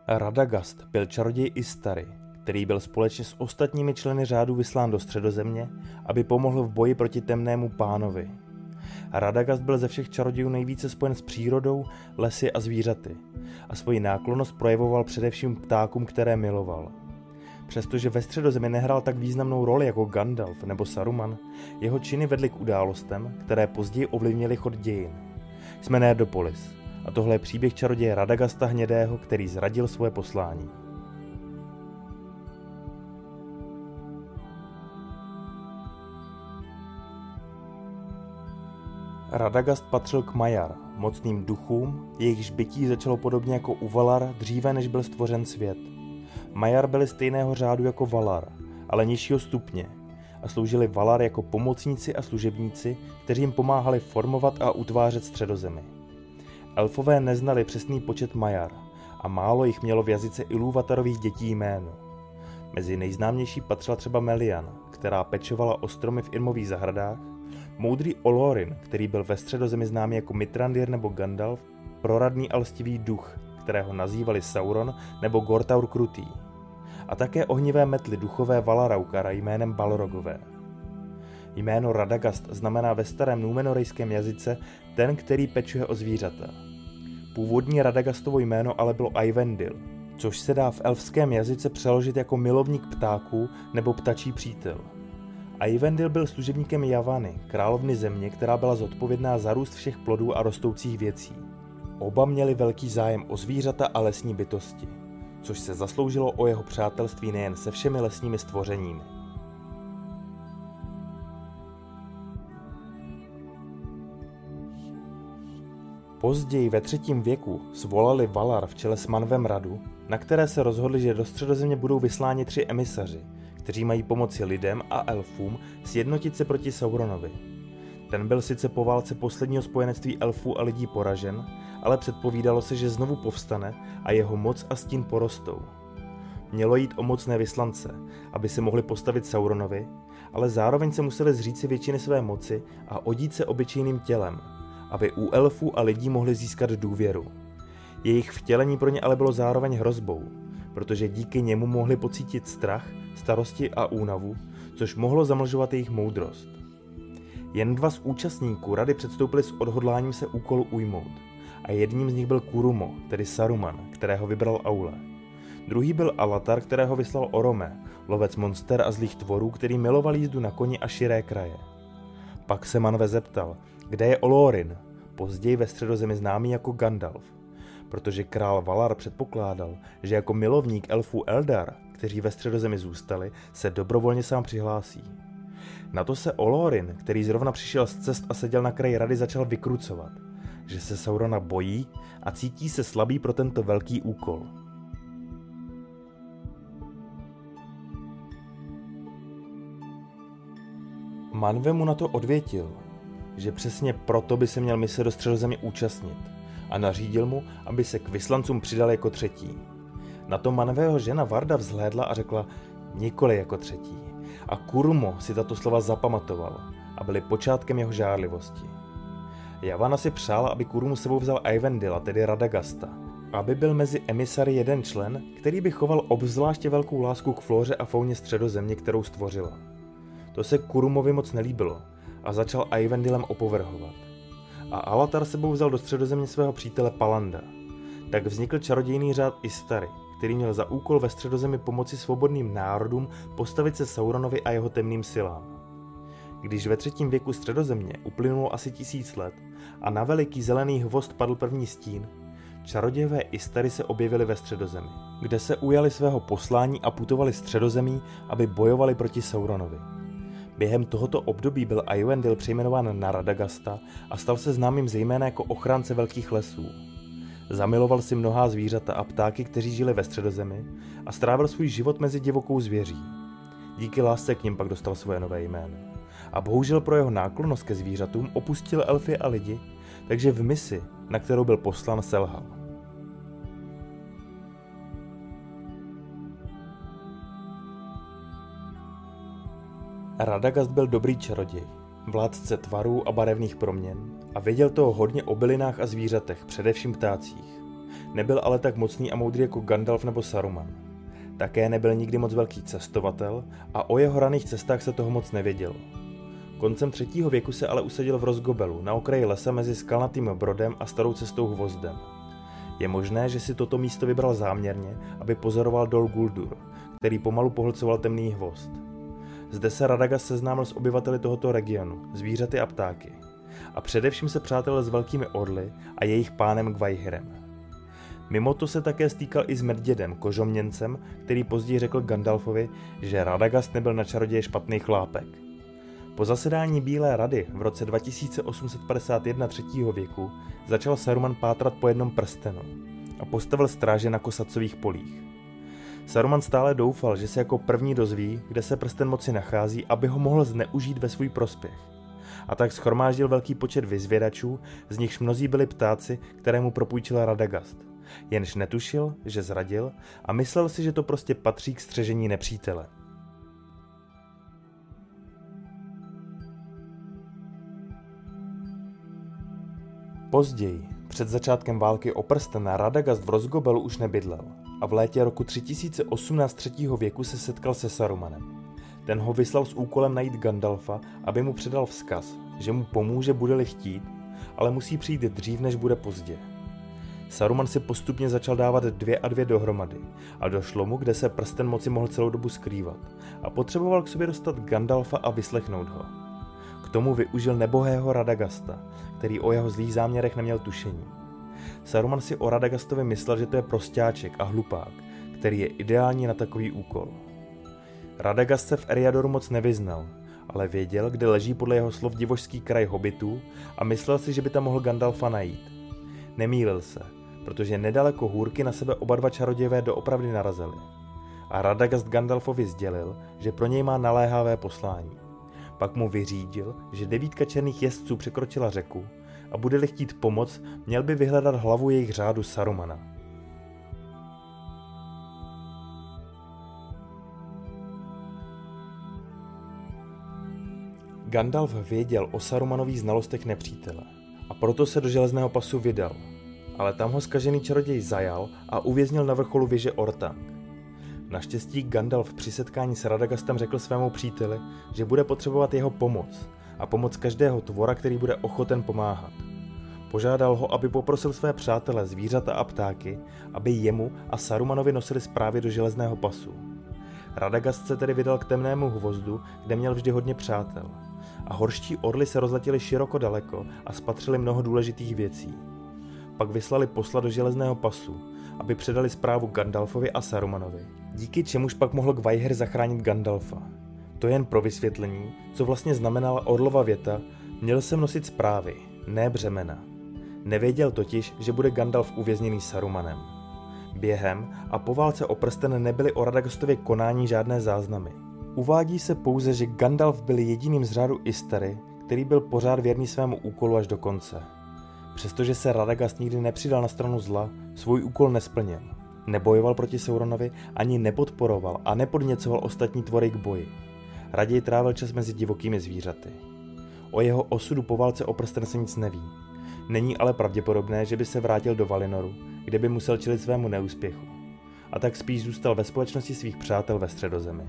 Radagast byl čaroděj Istari, který byl společně s ostatními členy řádu vyslán do Středozemě, aby pomohl v boji proti temnému pánovi. Radagast byl ze všech čarodějů nejvíce spojen s přírodou, lesy a zvířaty a svoji náklonnost projevoval především ptákům, které miloval. Přestože ve Středozemi nehrál tak významnou roli jako Gandalf nebo Saruman, jeho činy vedly k událostem, které později ovlivnily chod dějin. Jsme Nerdopolis a tohle je příběh čaroděje Radagasta Hnědého, který zradil svoje poslání. Radagast patřil k Maiar, mocným duchům, jejichž bytí začalo podobně jako u Valar dříve, než byl stvořen svět. Maiar byli stejného řádu jako Valar, ale nižšího stupně a sloužili Valar jako pomocníci a služebníci, kteří jim pomáhali formovat a utvářet Středozemi. Elfové neznali přesný počet Maiar a málo jich mělo v jazyce Ilúvatarových dětí jméno. Mezi nejznámější patřila třeba Melian, která pečovala o stromy v Irmových zahradách, moudrý Olorin, který byl ve Středozemi známý jako Mithrandir nebo Gandalf, proradný a lstivý duch, kterého nazývali Sauron nebo Gortaur Krutý, a také ohnivé metly duchové Valaraukara jménem Balrogové. Jméno Radagast znamená ve starém númenorejském jazyce ten, který pečuje o zvířata. Původní Radagastovo jméno ale bylo Eyvindil, což se dá v elfském jazyce přeložit jako milovník ptáků nebo ptačí přítel. Eyvindil byl služebníkem Yavanny, královny země, která byla zodpovědná za růst všech plodů a rostoucích věcí. Oba měli velký zájem o zvířata a lesní bytosti, což se zasloužilo o jeho přátelství nejen se všemi lesními stvořeními. Později ve 3. věku svolali Valar v čele s Manwem radu, na které se rozhodli, že do Středozemě budou vysláni 3 emisaři, kteří mají pomoci lidem a elfům sjednotit se proti Sauronovi. Ten byl sice po válce posledního spojenectví elfů a lidí poražen, ale předpovídalo se, že znovu povstane a jeho moc a stín porostou. Mělo jít o mocné vyslance, aby se mohli postavit Sauronovi, ale zároveň se museli zříci většiny své moci a odít se obyčejným tělem, aby u elfů a lidí mohli získat důvěru. Jejich vtělení pro ně ale bylo zároveň hrozbou, protože díky němu mohli pocítit strach, starosti a únavu, což mohlo zamlžovat jejich moudrost. Jen 2 z účastníků rady předstoupili s odhodláním se úkolu ujmout a jedním z nich byl Kurumo, tedy Saruman, kterého vybral Aule. Druhý byl Alatar, kterého vyslal Orome, lovec monster a zlých tvorů, který miloval jízdu na koni a širé kraje. Pak se Manwe zeptal, kde je Olorin, později ve Středozemi známý jako Gandalf, protože král Valar předpokládal, že jako milovník elfů Eldar, kteří ve Středozemi zůstali, se dobrovolně sám přihlásí. Na to se Olorin, který zrovna přišel z cest a seděl na kraji rady, začal vykrucovat, že se Saurona bojí a cítí se slabý pro tento velký úkol. Manwe mu na to odvětil, že přesně proto by se měl mise do Středozemě účastnit a nařídil mu, aby se k vyslancům přidal jako 3. Na to Manweho žena Varda vzhlédla a řekla nikoli jako 3. A Kurumo si tato slova zapamatoval a byly počátkem jeho žárlivosti. Yavanna si přála, aby Kurumo sebou vzal Eyvindila, tedy Radagasta, aby byl mezi emisary jeden člen, který by choval obzvláště velkou lásku k flóře a fauně Středozemě, kterou stvořila. To se Kurumovi moc nelíbilo a začal Eyvindilem opovrhovat. A Alatar sebou vzal do Středozemě svého přítele Palanda. Tak vznikl čarodějný řád Istari, který měl za úkol ve Středozemi pomoci svobodným národům postavit se Sauronovi a jeho temným silám. Když ve 3. věku Středozemě uplynulo asi 1000 let a na veliký zelený hvost padl první stín, čarodějové Istari se objevili ve Středozemi, kde se ujali svého poslání a putovali Středozemí, aby bojovali proti Sauronovi. Během tohoto období byl Eyvindil přejmenován na Radagasta a stal se známým zejména jako ochránce velkých lesů. Zamiloval si mnohá zvířata a ptáky, kteří žili ve Středozemi, a strávil svůj život mezi divokou zvěří. Díky lásce k nim pak dostal svoje nové jméno. A bohužel pro jeho náklonnost ke zvířatům opustil elfy a lidi, takže v misi, na kterou byl poslán, selhal. Radagast byl dobrý čaroděj, vládce tvarů a barevných proměn a věděl toho hodně o bylinách a zvířatech, především ptácích. Nebyl ale tak mocný a moudrý jako Gandalf nebo Saruman. Také nebyl nikdy moc velký cestovatel a o jeho raných cestách se toho moc nevědělo. Koncem 3. věku se ale usadil v Rosgobelu na okraji lesa mezi skalnatým brodem a starou cestou Hvozdem. Je možné, že si toto místo vybral záměrně, aby pozoroval Dol Guldur, který pomalu pohlcoval temný hvozd. Zde se Radagast seznámil s obyvateli tohoto regionu, zvířaty a ptáky. A především se přátelil s velkými orly a jejich pánem Gwaihirem. Mimo to se také stýkal i s Medvědem, kožoměncem, který později řekl Gandalfovi, že Radagast nebyl na čaroděje špatný chlápek. Po zasedání Bílé rady v roce 2851 3. věku začal Saruman pátrat po jednom prstenu a postavil stráže na Kosacových polích. Saruman stále doufal, že se jako první dozví, kde se prsten moci nachází, aby ho mohl zneužít ve svůj prospěch. A tak shromáždil velký počet vyzvědačů, z nichž mnozí byli ptáci, kterému propůjčil Radagast. Jenž netušil, že zradil a myslel si, že to prostě patří k střežení nepřítele. Později, před začátkem války o prsten, Radagast v Rosgobelu už nebydlel a v létě roku 3018 3. věku se setkal se Sarumanem. Ten ho vyslal s úkolem najít Gandalfa, aby mu předal vzkaz, že mu pomůže, bude-li chtít, ale musí přijít dřív, než bude pozdě. Saruman si postupně začal dávat 2 a 2 dohromady a došlo mu, kde se prsten moci mohl celou dobu skrývat a potřeboval k sobě dostat Gandalfa a vyslechnout ho. K tomu využil nebohého Radagasta, který o jeho zlých záměrech neměl tušení. Saruman si o Radagastovi myslel, že to je prostáček a hlupák, který je ideální na takový úkol. Radagast se v Eriadoru moc nevyznal, ale věděl, kde leží podle jeho slov divošský kraj hobitů a myslel si, že by tam mohl Gandalfa najít. Nemýlil se, protože nedaleko hůrky na sebe oba dva čarodějové doopravdy narazili. A Radagast Gandalfovi sdělil, že pro něj má naléhavé poslání. Pak mu vyřídil, že 9 černých jezdců překročila řeku a bude-li chtít pomoc, měl by vyhledat hlavu jejich řádu Sarumana. Gandalf věděl o Sarumanových znalostech nepřítele a proto se do Železného pasu vydal, ale tam ho zkažený čaroděj zajal a uvěznil na vrcholu věže Orthanc. Naštěstí Gandalf při setkání s Radagastem řekl svému příteli, že bude potřebovat jeho pomoc a pomoc každého tvora, který bude ochoten pomáhat. Požádal ho, aby poprosil své přátele, zvířata a ptáky, aby jemu a Sarumanovi nosili zprávy do Železného pasu. Radagast se tedy vydal k temnému hvozdu, kde měl vždy hodně přátel. A horští orly se rozletěli široko daleko a spatřili mnoho důležitých věcí. Pak vyslali posla do Železného pasu, aby předali zprávu Gandalfovi a Sarumanovi, díky čemuž pak mohl Gwaihir zachránit Gandalfa. To jen pro vysvětlení, co vlastně znamenala orlova věta, měl jsem nosit zprávy, ne břemena. Nevěděl totiž, že bude Gandalf uvězněný Sarumanem. Během a po válce o prsten nebyly o Radagastově konání žádné záznamy. Uvádí se pouze, že Gandalf byl jediným z řádu Istary, který byl pořád věrný svému úkolu až do konce. Přestože se Radagast nikdy nepřidal na stranu zla, svůj úkol nesplnil. Nebojoval proti Sauronovi, ani nepodporoval a nepodněcoval ostatní tvory k boji. Raději trávil čas mezi divokými zvířaty. O jeho osudu po válce o prsten se nic neví. Není ale pravděpodobné, že by se vrátil do Valinoru, kde by musel čelit svému neúspěchu. A tak spíš zůstal ve společnosti svých přátel ve Středozemi.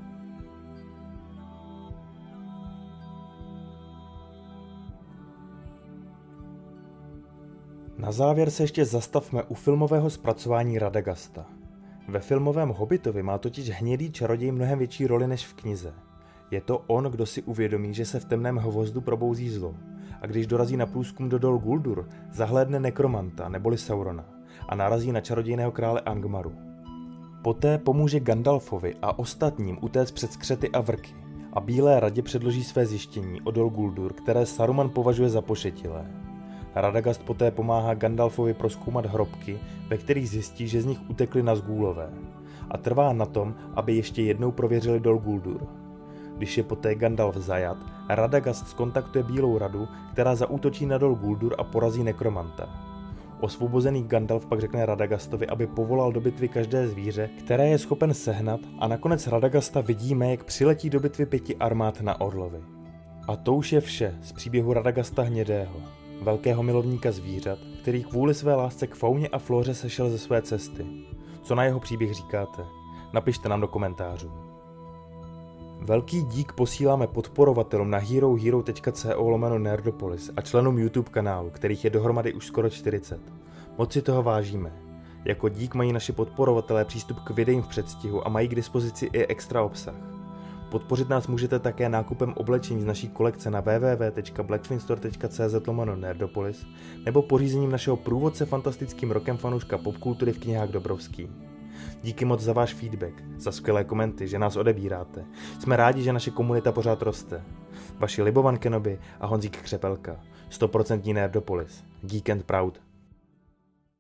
Na závěr se ještě zastavme u filmového zpracování Radagasta. Ve filmovém Hobbitovi má totiž hnědý čaroděj mnohem větší roli než v knize. Je to on, kdo si uvědomí, že se v temném hvozdu probouzí zlo. A když dorazí na průzkum do Dol Guldur, zahlédne nekromanta neboli Saurona a narazí na čarodějného krále Angmaru. Poté pomůže Gandalfovi a ostatním utéct před skřety a vrky a Bílé radě předloží své zjištění o Dol Guldur, které Saruman považuje za pošetilé. Radagast poté pomáhá Gandalfovi prozkoumat hrobky, ve kterých zjistí, že z nich utekli Nazgûlové a trvá na tom, aby ještě jednou prověřili Dol Guldur. Když je poté Gandalf zajat, Radagast zkontaktuje Bílou radu, která zaútočí na Dol Guldur a porazí nekromanta. Osvobozený Gandalf pak řekne Radagastovi, aby povolal do bitvy každé zvíře, které je schopen sehnat, a nakonec Radagasta vidíme, jak přiletí do bitvy 5 armád na orlovi. A to už je vše z příběhu Radagasta hnědého. velkého milovníka zvířat, který kvůli své lásce k fauně a flóře sešel ze své cesty. Co na jeho příběh říkáte? Napište nám do komentářů. Velký dík posíláme podporovatelům na herohero.co/nerdopolis a členům YouTube kanálu, kterých je dohromady už skoro 40. Moc si toho vážíme. Jako dík mají naši podporovatelé přístup k videím v předstihu a mají k dispozici i extra obsah. Podpořit nás můžete také nákupem oblečení z naší kolekce na www.blackfinstore.cz/nerdopolis nebo pořízením našeho průvodce fantastickým rokem fanouška popkultury v knihách Dobrovský. Díky moc za váš feedback, za skvělé komenty, že nás odebíráte. Jsme rádi, že naše komunita pořád roste. Vaši Libovan Kenobi a Honzík Křepelka. 100% Nerdopolis. Geek and Proud.